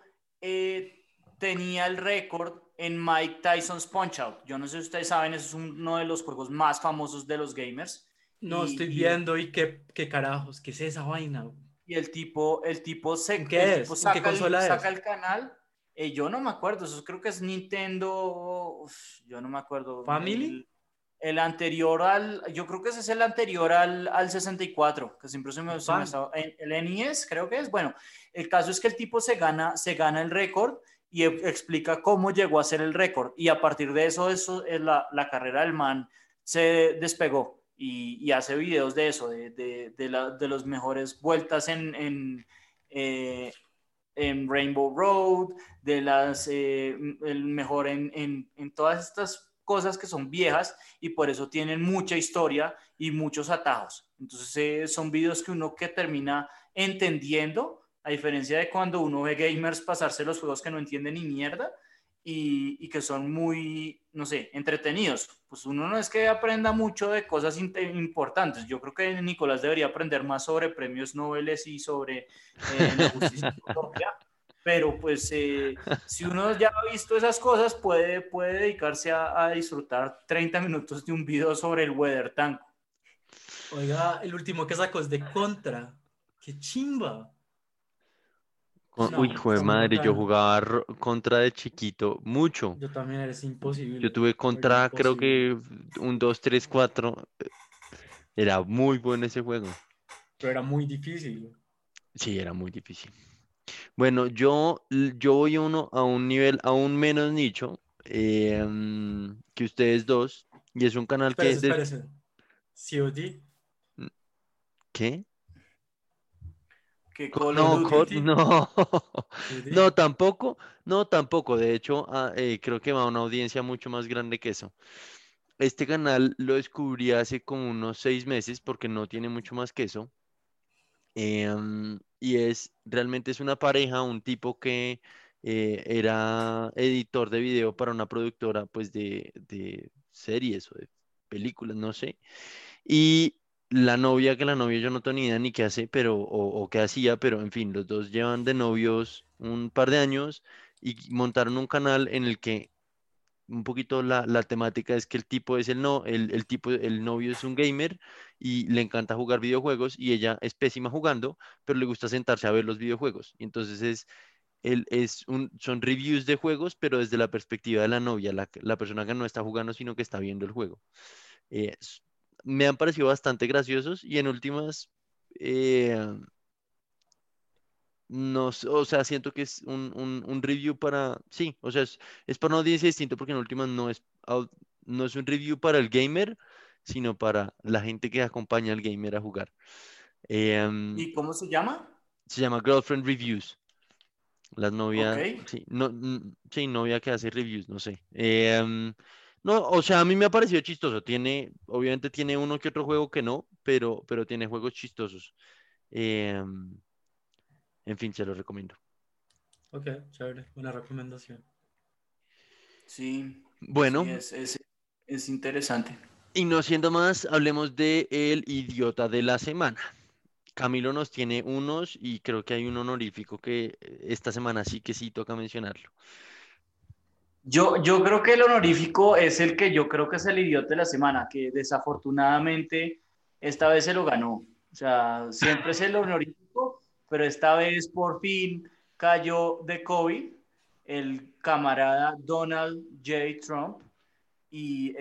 Speaker 2: tenía el récord en Mike Tyson's Punch Out. Yo no sé si ustedes saben, eso es uno de los juegos más famosos de los gamers.
Speaker 3: no estoy
Speaker 2: Y
Speaker 3: viendo y qué carajos, ¿qué es esa vaina?
Speaker 2: y
Speaker 3: ¿En
Speaker 2: el
Speaker 3: qué
Speaker 2: tipo
Speaker 3: es? ¿En qué consola
Speaker 2: saca
Speaker 3: es?
Speaker 2: el canal. Yo no me acuerdo, eso creo que es Nintendo, yo no me acuerdo.
Speaker 3: ¿Family?
Speaker 2: El anterior yo creo que ese es el anterior al 64, que siempre se me
Speaker 3: Fam
Speaker 2: estaba, el NES creo que es. Bueno, el caso es que el tipo se gana el récord y explica cómo llegó a ser el récord. Y a partir de eso es la carrera del man se despegó y hace videos de eso, de los mejores vueltas eh, en Rainbow Road, el mejor en todas estas cosas que son viejas y por eso tienen mucha historia y muchos atajos. Entonces son videos que uno que termina entendiendo, a diferencia de cuando uno ve gamers pasarse los juegos que no entienden ni mierda y que son muy, no sé, entretenidos. Pues uno no es que aprenda mucho de cosas importantes. Yo creo que Nicolás debería aprender más sobre premios Nobel y sobre la justicia en Colombia. Pero pues si uno ya ha visto esas cosas, puede dedicarse a disfrutar 30 minutos de un video sobre el Weather Tank.
Speaker 3: Oiga, el último que sacó es de Contra. ¡Qué chimba!
Speaker 1: Uy,
Speaker 3: No,
Speaker 1: hijo de
Speaker 3: está muy
Speaker 1: madre, yo
Speaker 3: bacano.
Speaker 1: jugaba contra de chiquito, mucho.
Speaker 3: Yo también eres
Speaker 1: Yo
Speaker 3: imposible.
Speaker 1: tuve
Speaker 3: Era
Speaker 1: contra, creo
Speaker 3: imposible.
Speaker 1: que un 2 3 4. Era muy bueno ese juego.
Speaker 3: Pero era muy difícil.
Speaker 1: Sí, era muy difícil. Bueno, yo voy uno a un nivel aún menos nicho que ustedes dos. Y es un canal que...
Speaker 3: Espérese, espérese. COD.
Speaker 1: ¿Qué?
Speaker 2: Que Call of
Speaker 1: No,
Speaker 2: Duty.
Speaker 1: No,
Speaker 3: COD.
Speaker 1: no, tampoco, no, tampoco. De hecho, creo que va a una audiencia mucho más grande que eso. Este canal lo descubrí hace como unos 6 meses porque no tiene mucho más que eso. Y realmente es una pareja, un tipo que era editor de video para una productora pues de series o de películas, no sé. Y la novia, que la novia yo no tengo ni idea ni qué hace, pero, o qué hacía, pero en fin, los dos llevan de novios un par de años y montaron un canal en el que un poquito la temática es que el tipo es el tipo, el novio es un gamer y le encanta jugar videojuegos y ella es pésima jugando, pero le gusta sentarse a ver los videojuegos. Y entonces son reviews de juegos, pero desde la perspectiva de la novia, la persona que no está jugando, sino que está viendo el juego. Eh, s- Me han parecido bastante graciosos y en últimas, eh, no, o sea, siento que es un review para, sí, o sea, es para una audiencia distinta porque en últimas no es un review para el gamer, sino para la gente que acompaña al gamer a jugar.
Speaker 2: ¿Y cómo se llama?
Speaker 1: Se llama Girlfriend Reviews. Las
Speaker 2: Ok.
Speaker 1: novias, sí, no, sí, novia que hace reviews, no sé. No, o sea, a mí me ha parecido chistoso. Obviamente tiene uno que otro juego que no, pero tiene juegos chistosos. Em, en fin, se los recomiendo.
Speaker 3: Ok, chévere, buena recomendación.
Speaker 2: Sí, sí,
Speaker 1: Bueno,
Speaker 2: es interesante.
Speaker 1: y no siendo más, hablemos de el idiota de la semana. Camilo nos tiene unos y creo que hay un honorífico que esta semana sí que sí toca mencionarlo.
Speaker 2: Yo creo que el honorífico es el que yo creo que es el idiota de la semana, que desafortunadamente esta vez se lo ganó. O sea, siempre es el honorífico, pero esta vez por fin cayó de COVID el camarada Donald J. Trump y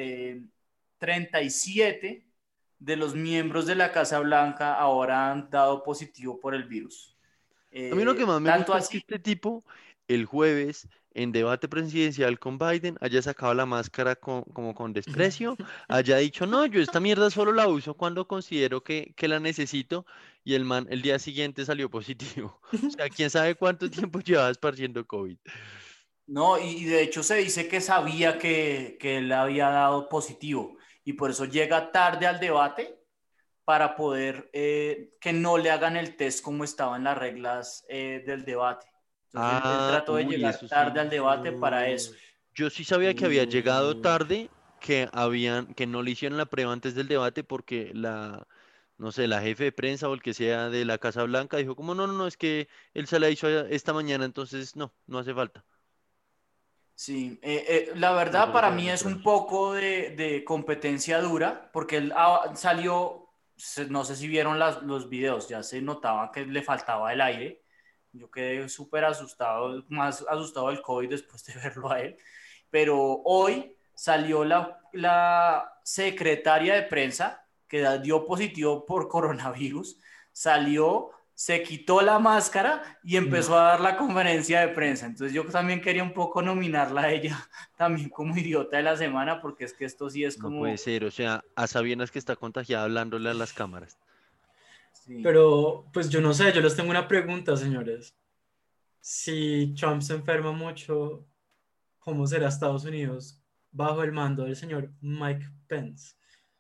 Speaker 2: 37 de los miembros de la Casa Blanca ahora han dado positivo por el virus.
Speaker 1: A mí lo que más me
Speaker 2: Tanto
Speaker 1: gusta es que
Speaker 2: así.
Speaker 1: este tipo, el jueves, en debate presidencial con Biden, haya sacado la máscara como con desprecio, haya dicho, no, yo esta mierda solo la uso cuando considero que la necesito, y el man el día siguiente salió positivo. O sea, quién sabe cuánto tiempo llevaba esparciendo COVID.
Speaker 2: No, y de hecho se dice que sabía que él había dado positivo y por eso llega tarde al debate para poder que no le hagan el test como estaban las reglas del debate. Entonces él
Speaker 1: Ah,
Speaker 2: trató de
Speaker 1: uy,
Speaker 2: llegar
Speaker 1: eso
Speaker 2: tarde
Speaker 1: sí.
Speaker 2: al debate para eso.
Speaker 3: Uy,
Speaker 1: Yo sí sabía que había llegado
Speaker 3: uy.
Speaker 1: tarde, que no le hicieron la prueba antes del debate porque no sé, la jefe de prensa o el que sea de la Casa Blanca dijo como no, no, no, es que él se la hizo esta mañana, entonces no, no hace falta.
Speaker 2: Sí, la
Speaker 1: No
Speaker 2: verdad
Speaker 1: quiero
Speaker 2: para
Speaker 1: saber
Speaker 2: mí
Speaker 1: de
Speaker 2: es un
Speaker 1: pruebas.
Speaker 2: poco de competencia dura, porque él salió, no sé si vieron los videos, ya se notaba que le faltaba el aire. Yo quedé súper asustado, más asustado del COVID después de verlo a él. Pero hoy salió la secretaria de prensa que dio positivo por coronavirus, salió, se quitó la máscara y empezó a
Speaker 3: No,
Speaker 2: dar la conferencia de prensa. Entonces yo también quería un poco nominarla a ella también como idiota de la semana, porque es que esto sí es
Speaker 1: No puede
Speaker 2: como...
Speaker 1: ser, o sea, a sabiendas que está contagiada hablándole a las cámaras.
Speaker 2: Sí.
Speaker 3: pero pues yo no sé, yo les tengo una pregunta, señores. Si Trump se enferma mucho, ¿cómo será Estados Unidos bajo el mando del señor Mike Pence?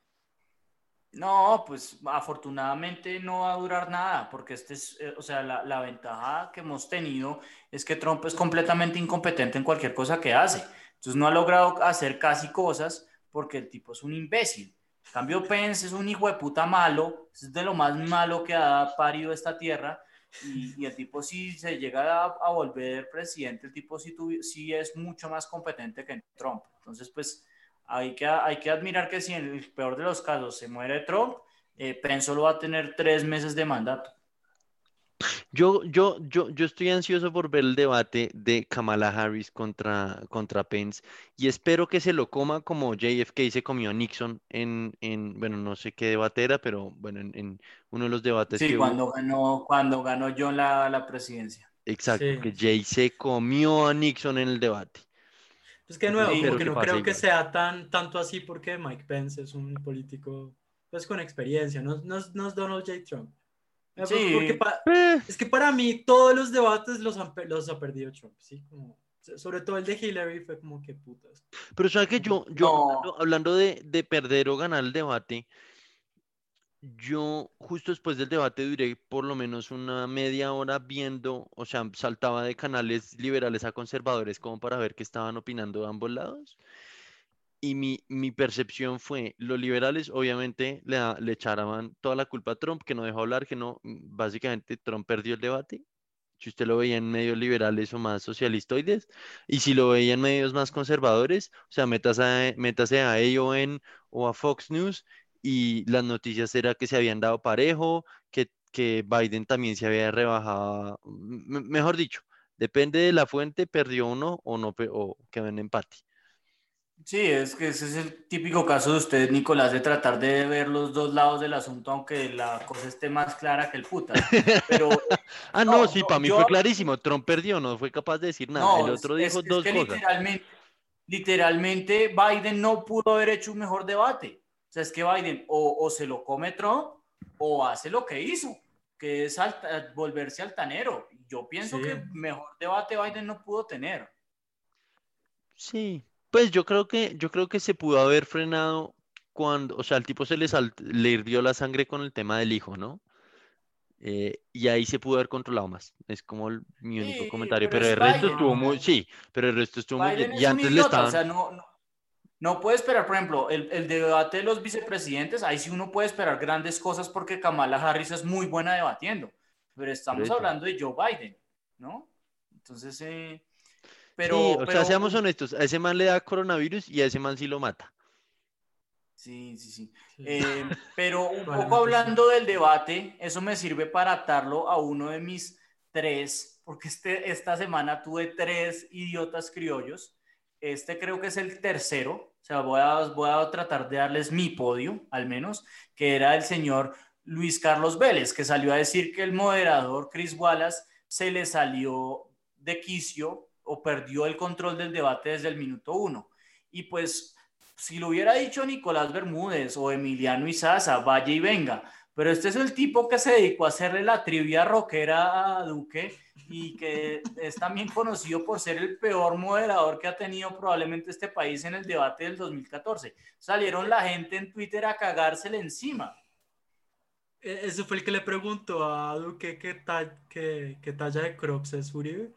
Speaker 2: No, pues afortunadamente no va a durar nada, porque este es, o sea, la ventaja que hemos tenido es que Trump es completamente incompetente en cualquier cosa que hace. Entonces no ha logrado hacer casi cosas porque el tipo es un imbécil. En cambio, Pence es un hijo de puta malo, es de lo más malo que ha parido esta tierra. Y el tipo si se llega a volver presidente, el tipo sí es mucho más competente que Trump. Entonces, pues hay que admirar que si en el peor de los casos se muere Trump, Pence solo va a tener 3 meses de mandato.
Speaker 1: Yo estoy ansioso por ver el debate de Kamala Harris contra Pence y espero que se lo coma como JFK se comió a Nixon bueno, no sé qué debate era, pero bueno, en uno de los debates
Speaker 2: Sí,
Speaker 1: que hubo.
Speaker 2: cuando ganó John la presidencia.
Speaker 1: Exacto,
Speaker 3: Sí,
Speaker 1: que Jay se comió a Nixon en el debate.
Speaker 3: pues que de
Speaker 1: Entonces
Speaker 3: nuevo, como
Speaker 1: espero
Speaker 3: que
Speaker 2: Sí,
Speaker 1: que
Speaker 3: no
Speaker 1: pase
Speaker 3: creo que
Speaker 1: igual.
Speaker 3: sea tanto así porque Mike Pence es un político pues con experiencia, no es Donald J. Trump. Porque
Speaker 2: sí,
Speaker 1: Eh,
Speaker 3: es que para mí todos los debates los ha perdido Trump, ¿sí? Como, sobre todo el de Hillary fue como que putas.
Speaker 1: pero sabes que
Speaker 3: Como,
Speaker 1: yo
Speaker 2: no,
Speaker 1: hablando de perder o ganar el debate, yo justo después del debate duré por lo menos una media hora viendo, o sea, saltaba de canales liberales a conservadores como para ver qué estaban opinando de ambos lados. y mi percepción fue, los liberales obviamente le echaban toda la culpa a Trump, que no dejó hablar, que no, básicamente Trump perdió el debate. Si usted lo veía en medios liberales o más socialistoides, y si lo veía en medios más conservadores, o sea, métase a AON o a Fox News, y las noticias era que se habían dado parejo, que Biden también se había rebajado, mejor dicho, depende de la fuente, perdió uno o no, o quedó en empate.
Speaker 2: Sí, es que ese es el típico caso de usted, Nicolás, de tratar de ver los dos lados del asunto, aunque la cosa esté más clara que el putas. Pero
Speaker 1: No,
Speaker 2: no,
Speaker 1: sí, para mí fue clarísimo. Trump perdió, no fue capaz de decir nada. El
Speaker 2: no,
Speaker 1: otro dijo
Speaker 2: es
Speaker 1: dos
Speaker 2: que
Speaker 1: cosas.
Speaker 2: literalmente Biden no pudo haber hecho un mejor debate. O sea, es que Biden o se lo come Trump o hace lo que hizo, que es volverse altanero. Yo pienso
Speaker 3: Sí.
Speaker 2: que mejor debate Biden no pudo tener.
Speaker 1: Sí, pues yo creo que se pudo haber frenado cuando, o sea, el tipo le hirvió la sangre con el tema del hijo, ¿no? Y ahí se pudo haber controlado más. Es como mi único
Speaker 2: Sí,
Speaker 1: comentario.
Speaker 2: pero
Speaker 1: Pero
Speaker 2: es
Speaker 1: el resto
Speaker 2: Biden.
Speaker 1: estuvo muy,
Speaker 3: No,
Speaker 1: sí, pero el resto estuvo muy bien.
Speaker 2: Biden
Speaker 1: Y
Speaker 2: es un
Speaker 1: antes le
Speaker 2: idiota, o
Speaker 1: estaban,
Speaker 2: sea, no puede esperar, por ejemplo, el debate de los vicepresidentes, ahí sí uno puede esperar grandes cosas porque Kamala Harris es muy buena debatiendo, pero
Speaker 1: por
Speaker 2: estamos
Speaker 1: eso.
Speaker 2: hablando de Joe Biden, ¿no? Entonces,
Speaker 1: Sí, o sea,
Speaker 2: pero,
Speaker 1: seamos honestos, a ese man le da coronavirus y a ese man sí lo mata.
Speaker 2: sí, sí, sí.
Speaker 3: sí,
Speaker 2: Pero un poco
Speaker 3: probablemente sí.
Speaker 2: hablando del debate, eso me sirve para atarlo a uno de mis tres, porque esta semana tuve tres idiotas criollos. Este creo que es el tercero, o sea, voy a tratar de darles mi podio, al menos, que era el señor Luis Carlos Vélez, que salió a decir que el moderador Chris Wallace se le salió de quicio o perdió el control del debate desde el minuto uno. Y pues si lo hubiera dicho Nicolás Bermúdez o Emiliano Izaza, vaya y venga. Pero este es el tipo que se dedicó a hacerle la trivia rockera a Duque y que es también conocido por ser el peor moderador que ha tenido probablemente este país en el debate del 2014. Salieron la gente en Twitter a cagársele encima.
Speaker 3: Ese fue el que le preguntó a Duque qué talla de Crocs es Uribe.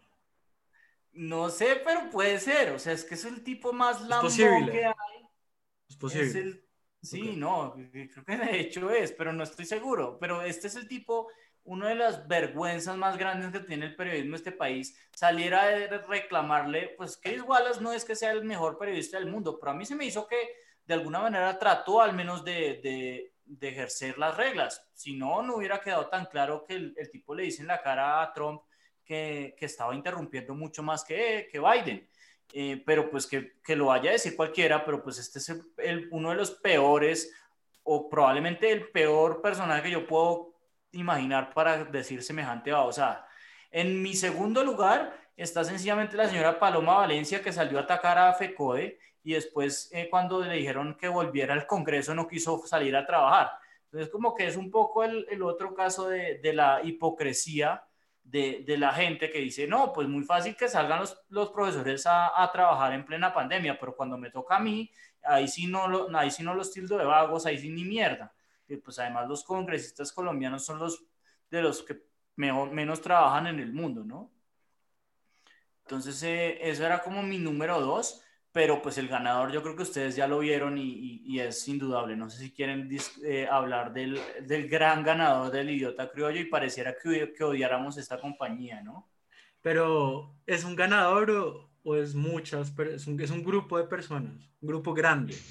Speaker 2: No sé, pero puede ser. O sea, es que es el tipo más
Speaker 3: Es
Speaker 2: lambón que
Speaker 3: posible,
Speaker 2: hay.
Speaker 3: es
Speaker 2: Es
Speaker 3: posible.
Speaker 2: el,
Speaker 3: Ok.
Speaker 2: sí, no, creo que de hecho es, pero no estoy seguro. Pero este es el tipo, una de las vergüenzas más grandes que tiene el periodismo de este país, saliera a reclamarle, pues Chris Wallace no es que sea el mejor periodista del mundo, pero a mí se me hizo que de alguna manera trató al menos de ejercer las reglas. Si no, no hubiera quedado tan claro que el tipo le dice en la cara a Trump que estaba interrumpiendo mucho más que Biden. Pero pues que lo vaya a decir cualquiera, pero pues este es uno de los peores o probablemente el peor personaje que yo puedo imaginar para decir semejante babosada. En mi segundo lugar está sencillamente la señora Paloma Valencia, que salió a atacar a FECODE y después cuando le dijeron que volviera al Congreso no quiso salir a trabajar. Entonces como que es un poco el otro caso de la hipocresía de la gente que dice, no, pues muy fácil que salgan los profesores a trabajar en plena pandemia, pero cuando me toca a mí, ahí sí no los tildo de vagos, ahí sí ni mierda. Y pues además los congresistas colombianos son los de los que menos trabajan en el mundo, ¿no? Entonces, eso era como mi número dos, pero pues el ganador yo creo que ustedes ya lo vieron y es indudable. No sé si quieren hablar del gran ganador del Idiota Criollo y pareciera que odiáramos esta compañía, ¿no?
Speaker 3: Pero ¿es un ganador o es es un grupo de personas, un grupo grande?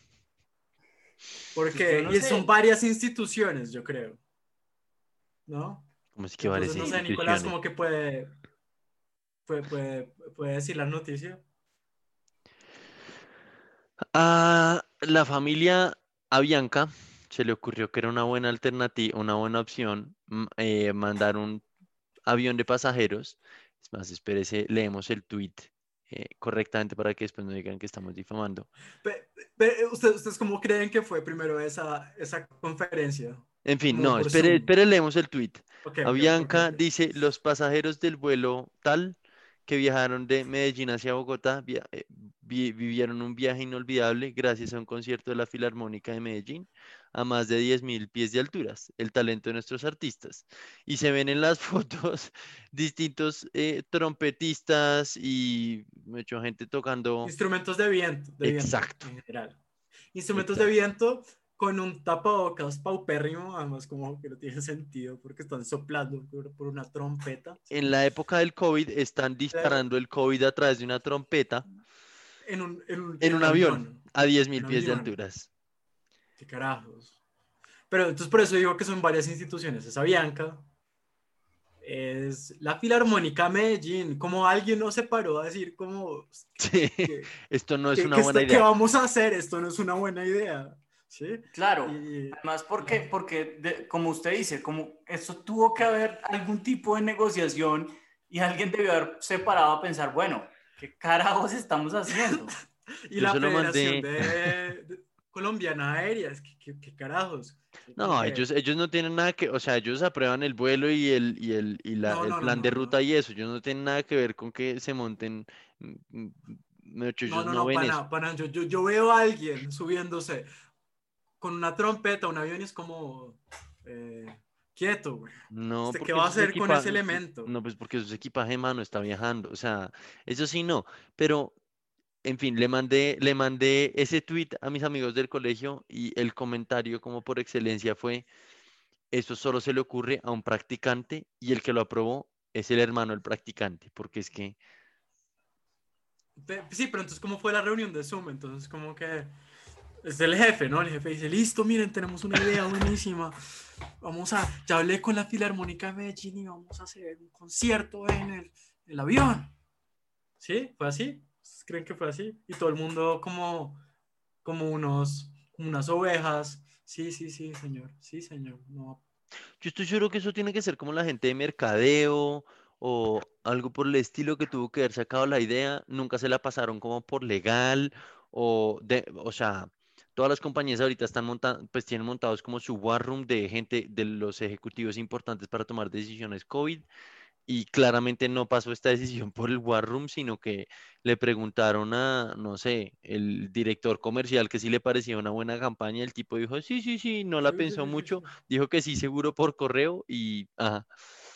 Speaker 2: Pues yo
Speaker 3: Porque
Speaker 2: no
Speaker 3: y son
Speaker 2: sé,
Speaker 3: varias instituciones, yo creo, ¿no?
Speaker 1: Como si que varias
Speaker 3: Entonces, no sé, Nicolás,
Speaker 1: instituciones.
Speaker 3: como que puede decir la noticia.
Speaker 1: A la familia Avianca se le ocurrió que era una buena alternativa, una buena opción, mandar un avión de pasajeros. Es más, espérese, leemos el tweet correctamente para que después no digan que estamos difamando.
Speaker 3: ¿Ustedes cómo creen que fue primero esa conferencia?
Speaker 1: En fin,
Speaker 3: Como
Speaker 1: no,
Speaker 3: por
Speaker 1: espere,
Speaker 3: Zoom.
Speaker 1: espere, leemos el tweet.
Speaker 3: Ok, ok, ok,
Speaker 1: Avianca
Speaker 3: ok.
Speaker 1: dice, los pasajeros del vuelo tal que viajaron de Medellín hacia Bogotá, vivieron un viaje inolvidable gracias a un concierto de la Filarmónica de Medellín a más de 10.000 pies de alturas, el talento de nuestros artistas. Y se ven en las fotos distintos trompetistas y mucha gente tocando.
Speaker 3: Instrumentos de viento
Speaker 1: Exacto,
Speaker 3: en general. Instrumentos de
Speaker 1: exacto.
Speaker 3: viento con un tapabocas paupérrimo, además como que no tiene sentido porque están soplando por una trompeta.
Speaker 1: En la época del COVID están disparando el COVID a través de una trompeta en
Speaker 3: En
Speaker 1: un
Speaker 3: un
Speaker 1: avión
Speaker 3: avión.
Speaker 1: a 10.000
Speaker 3: Un
Speaker 1: pies de
Speaker 3: avión.
Speaker 1: alturas.
Speaker 3: ¿Qué carajos? Pero entonces por eso digo que son varias instituciones. Esa Bianca es la Filarmónica Medellín. Como alguien no se paró a decir como
Speaker 1: Sí,
Speaker 3: que,
Speaker 1: esto no es una buena
Speaker 3: ¿qué
Speaker 1: idea.
Speaker 3: vamos a hacer? Esto no es una buena idea. ¿Sí?
Speaker 2: Claro,
Speaker 3: Y,
Speaker 2: además porque como usted dice, como esto tuvo que haber algún tipo de negociación y alguien debió haber separado a pensar, bueno, ¿qué carajos estamos haciendo?
Speaker 3: y
Speaker 1: Yo
Speaker 3: la
Speaker 1: se lo
Speaker 3: Federación
Speaker 1: mandé.
Speaker 3: Colombiana Aérea, es que ¿qué carajos? Como
Speaker 1: No,
Speaker 3: que,
Speaker 1: ellos no tienen nada que, o sea, ellos aprueban el vuelo el plan de ruta
Speaker 3: no.
Speaker 1: y eso. Ellos no tienen nada que ver con que se monten. Mejor dicho, ellos no
Speaker 3: No,
Speaker 1: ven eso.
Speaker 3: para, yo veo a alguien subiéndose con una trompeta a un avión y es como, quieto, güey.
Speaker 1: No,
Speaker 3: ¿Usted qué
Speaker 1: porque
Speaker 3: va a
Speaker 1: eso es
Speaker 3: hacer con ese
Speaker 1: equipaje.
Speaker 3: elemento?
Speaker 1: No, pues porque eso es equipaje, mano, está viajando. O sea, eso sí no. Pero en fin, le mandé ese tweet a mis amigos del colegio y el comentario como por excelencia fue, eso solo se le ocurre a un practicante y el que lo aprobó es el hermano del practicante, porque es que,
Speaker 3: Sí, pero entonces, ¿cómo fue la reunión de Zoom? Entonces, como que es el jefe, ¿no? El jefe dice, listo, miren, tenemos una idea buenísima. Ya hablé con la Filarmónica de Medellín y vamos a hacer un concierto en el avión. ¿Sí? ¿Fue así? ¿Ustedes creen que fue así? Y todo el mundo como unas ovejas. Sí, señor. Sí, señor. No.
Speaker 1: yo estoy seguro que eso tiene que ser como la gente de mercadeo o algo por el estilo que tuvo que haber sacado la idea, nunca se la pasaron como por legal o sea, todas las compañías ahorita están montando, pues tienen montados como su war room de gente, de los ejecutivos importantes para tomar decisiones COVID. Y claramente no pasó esta decisión por el War Room, sino que le preguntaron a, no sé, el director comercial que sí le parecía una buena campaña. El tipo dijo, sí, sí, sí, no la
Speaker 3: Sí,
Speaker 1: pensó
Speaker 3: sí.
Speaker 1: mucho, dijo que sí, seguro por correo y, ajá.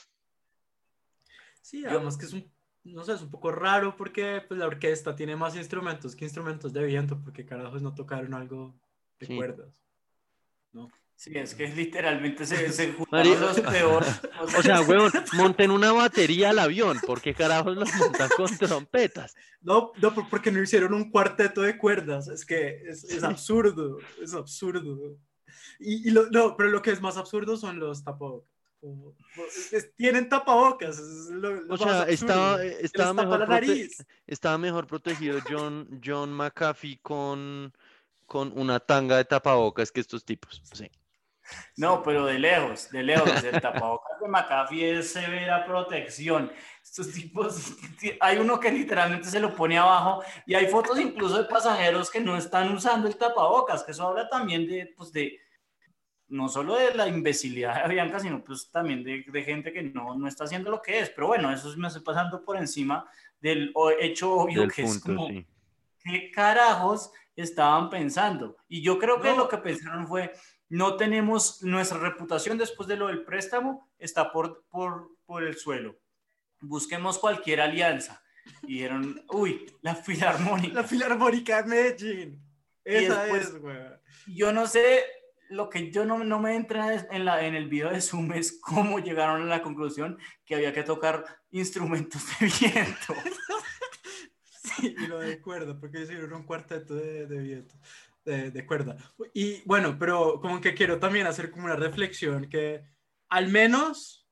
Speaker 3: Sí,
Speaker 2: Yo,
Speaker 3: además que no sé, es un poco raro porque pues, la orquesta tiene más instrumentos que instrumentos de viento, porque carajos no tocaron algo de
Speaker 1: Sí.
Speaker 3: cuerdas, ¿no?
Speaker 2: sí, es que literalmente se
Speaker 1: Mari-
Speaker 2: juntaron los peores.
Speaker 1: O sea, huevón, monten una batería al avión, ¿porque carajos lo montan con trompetas?
Speaker 3: No, porque no hicieron un cuarteto de cuerdas, es que es
Speaker 1: Sí.
Speaker 3: absurdo, es absurdo. No, pero lo que es más absurdo son los tapabocas. Tienen tapabocas, es lo
Speaker 1: O
Speaker 3: más
Speaker 1: sea,
Speaker 3: absurdo. Se les tapa la nariz.
Speaker 1: estaba mejor protegido John McAfee con una tanga de tapabocas que estos tipos. Sí.
Speaker 2: No, pero de lejos, de lejos. El tapabocas de McAfee es severa protección. Estos tipos, hay uno que literalmente se lo pone abajo y hay fotos incluso de pasajeros que no están usando el tapabocas, que eso habla también de no solo de la imbecilidad de Bianca, sino pues también de gente que no está haciendo lo que es. Pero bueno, eso me estoy pasando por encima del hecho obvio
Speaker 1: Del
Speaker 2: que es
Speaker 1: punto,
Speaker 2: como,
Speaker 1: sí.
Speaker 2: ¿qué carajos estaban pensando? Y yo creo que lo
Speaker 3: No,
Speaker 2: que pensaron fue, no tenemos, nuestra reputación después de lo del préstamo está por el suelo. Busquemos cualquier alianza. Y dijeron, uy, la
Speaker 3: la
Speaker 2: filarmónica.
Speaker 3: Filarmónica de Medellín.
Speaker 2: Y
Speaker 3: Esa es,
Speaker 2: después,
Speaker 3: güey.
Speaker 2: yo no sé, lo que yo no me entra en el video de Zoom es cómo llegaron a la conclusión que había que tocar instrumentos de viento.
Speaker 3: Sí, y lo de cuerda, porque hicieron un cuarteto de viento, de cuerda. Y bueno, pero como que quiero también hacer como una reflexión que al menos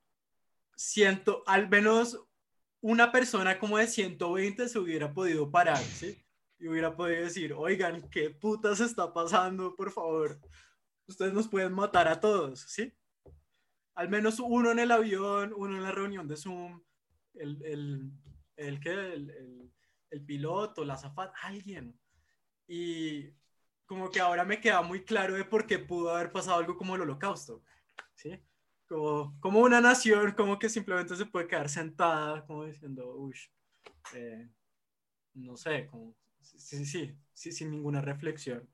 Speaker 3: al menos una persona como de 120 se hubiera podido parar, ¿sí? Y hubiera podido decir, oigan, ¿qué putas está pasando? Por favor, ustedes nos pueden matar a todos, ¿sí? Al menos uno en el avión, uno en la reunión de Zoom, el, el, el piloto, la azafata, alguien. Y como que ahora me queda muy claro de por qué pudo haber pasado algo como el Holocausto, ¿sí? Como una nación, como que simplemente se puede quedar sentada, como diciendo, uy, no sé, como, sin ninguna reflexión.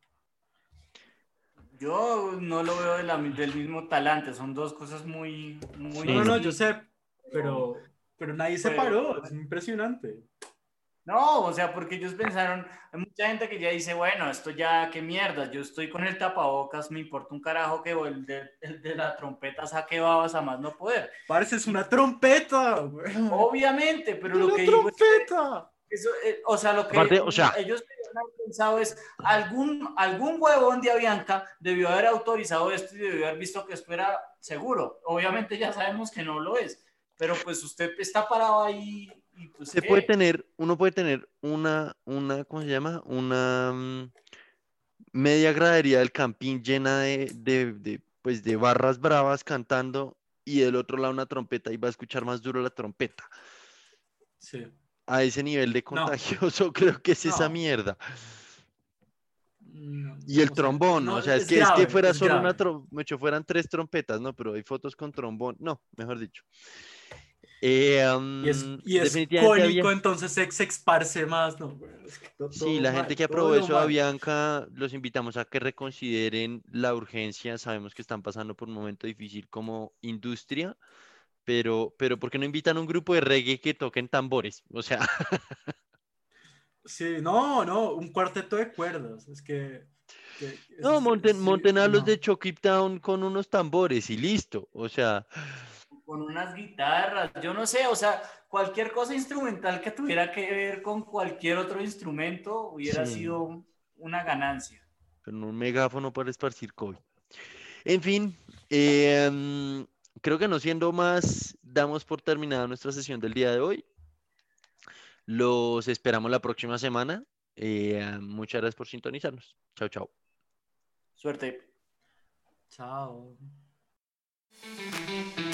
Speaker 2: Yo no lo veo del mismo talante, son dos cosas muy
Speaker 3: No, yo
Speaker 2: distintas.
Speaker 3: sé, pero nadie se paró, es impresionante.
Speaker 2: No, o sea, porque ellos pensaron, hay mucha gente que ya dice, bueno, esto ya, qué mierda, yo estoy con el tapabocas, me importa un carajo que el de la trompeta saque babas a más no poder.
Speaker 3: Parce, es una trompeta, güey.
Speaker 2: Obviamente, pero lo
Speaker 3: ¡Una
Speaker 2: que digo es
Speaker 3: trompeta!
Speaker 2: que eso, o sea, lo que
Speaker 1: Aparte, o sea,
Speaker 2: ellos debieron haber pensado es, algún huevón de Avianca debió haber autorizado esto y debió haber visto que esto era seguro. Obviamente ya sabemos que no lo es, pero pues usted está parado ahí y pues ¿qué?
Speaker 1: uno puede tener ¿cómo se llama? Media gradería del campín llena pues de barras bravas cantando y del otro lado una trompeta y va a escuchar más duro la trompeta.
Speaker 3: Sí.
Speaker 1: A ese nivel de
Speaker 3: No,
Speaker 1: contagioso creo que es esa
Speaker 3: no,
Speaker 1: mierda.
Speaker 3: no,
Speaker 1: Y el
Speaker 3: o sea,
Speaker 1: trombón,
Speaker 3: no,
Speaker 1: o sea,
Speaker 3: es
Speaker 1: es que
Speaker 3: grave,
Speaker 1: fuera
Speaker 3: es
Speaker 1: solo
Speaker 3: grave.
Speaker 1: mucho fueran 3 trompetas, ¿no? Pero hay fotos con trombón, no, mejor dicho.
Speaker 3: Y es
Speaker 1: Definitivamente
Speaker 3: cónico,
Speaker 1: había.
Speaker 3: entonces se esparce más, ¿no? Güey, es que
Speaker 1: Sí,
Speaker 3: todo
Speaker 1: la gente
Speaker 3: mal,
Speaker 1: que
Speaker 3: todo
Speaker 1: aprobó
Speaker 3: lo
Speaker 1: eso a
Speaker 3: mal.
Speaker 1: Bianca, los invitamos a que reconsideren la urgencia. Sabemos que están pasando por un momento difícil como industria, pero ¿por qué no invitan a un grupo de reggae que toquen tambores? O sea,
Speaker 3: Sí, no, un cuarteto de cuerdas,
Speaker 1: no,
Speaker 3: sí,
Speaker 1: monten a los de
Speaker 3: no.
Speaker 1: Chucky Town con unos tambores y listo. O sea,
Speaker 2: Con unas guitarras, yo no sé, o sea, cualquier cosa instrumental que tuviera que ver con cualquier otro instrumento hubiera
Speaker 1: sí,
Speaker 2: sido una ganancia.
Speaker 1: con un megáfono para esparcir COVID. En fin, creo que no siendo más, damos por terminada nuestra sesión del día de hoy. Los esperamos la próxima semana. Muchas gracias por sintonizarnos. Chao, chao.
Speaker 2: Suerte.
Speaker 3: Chao.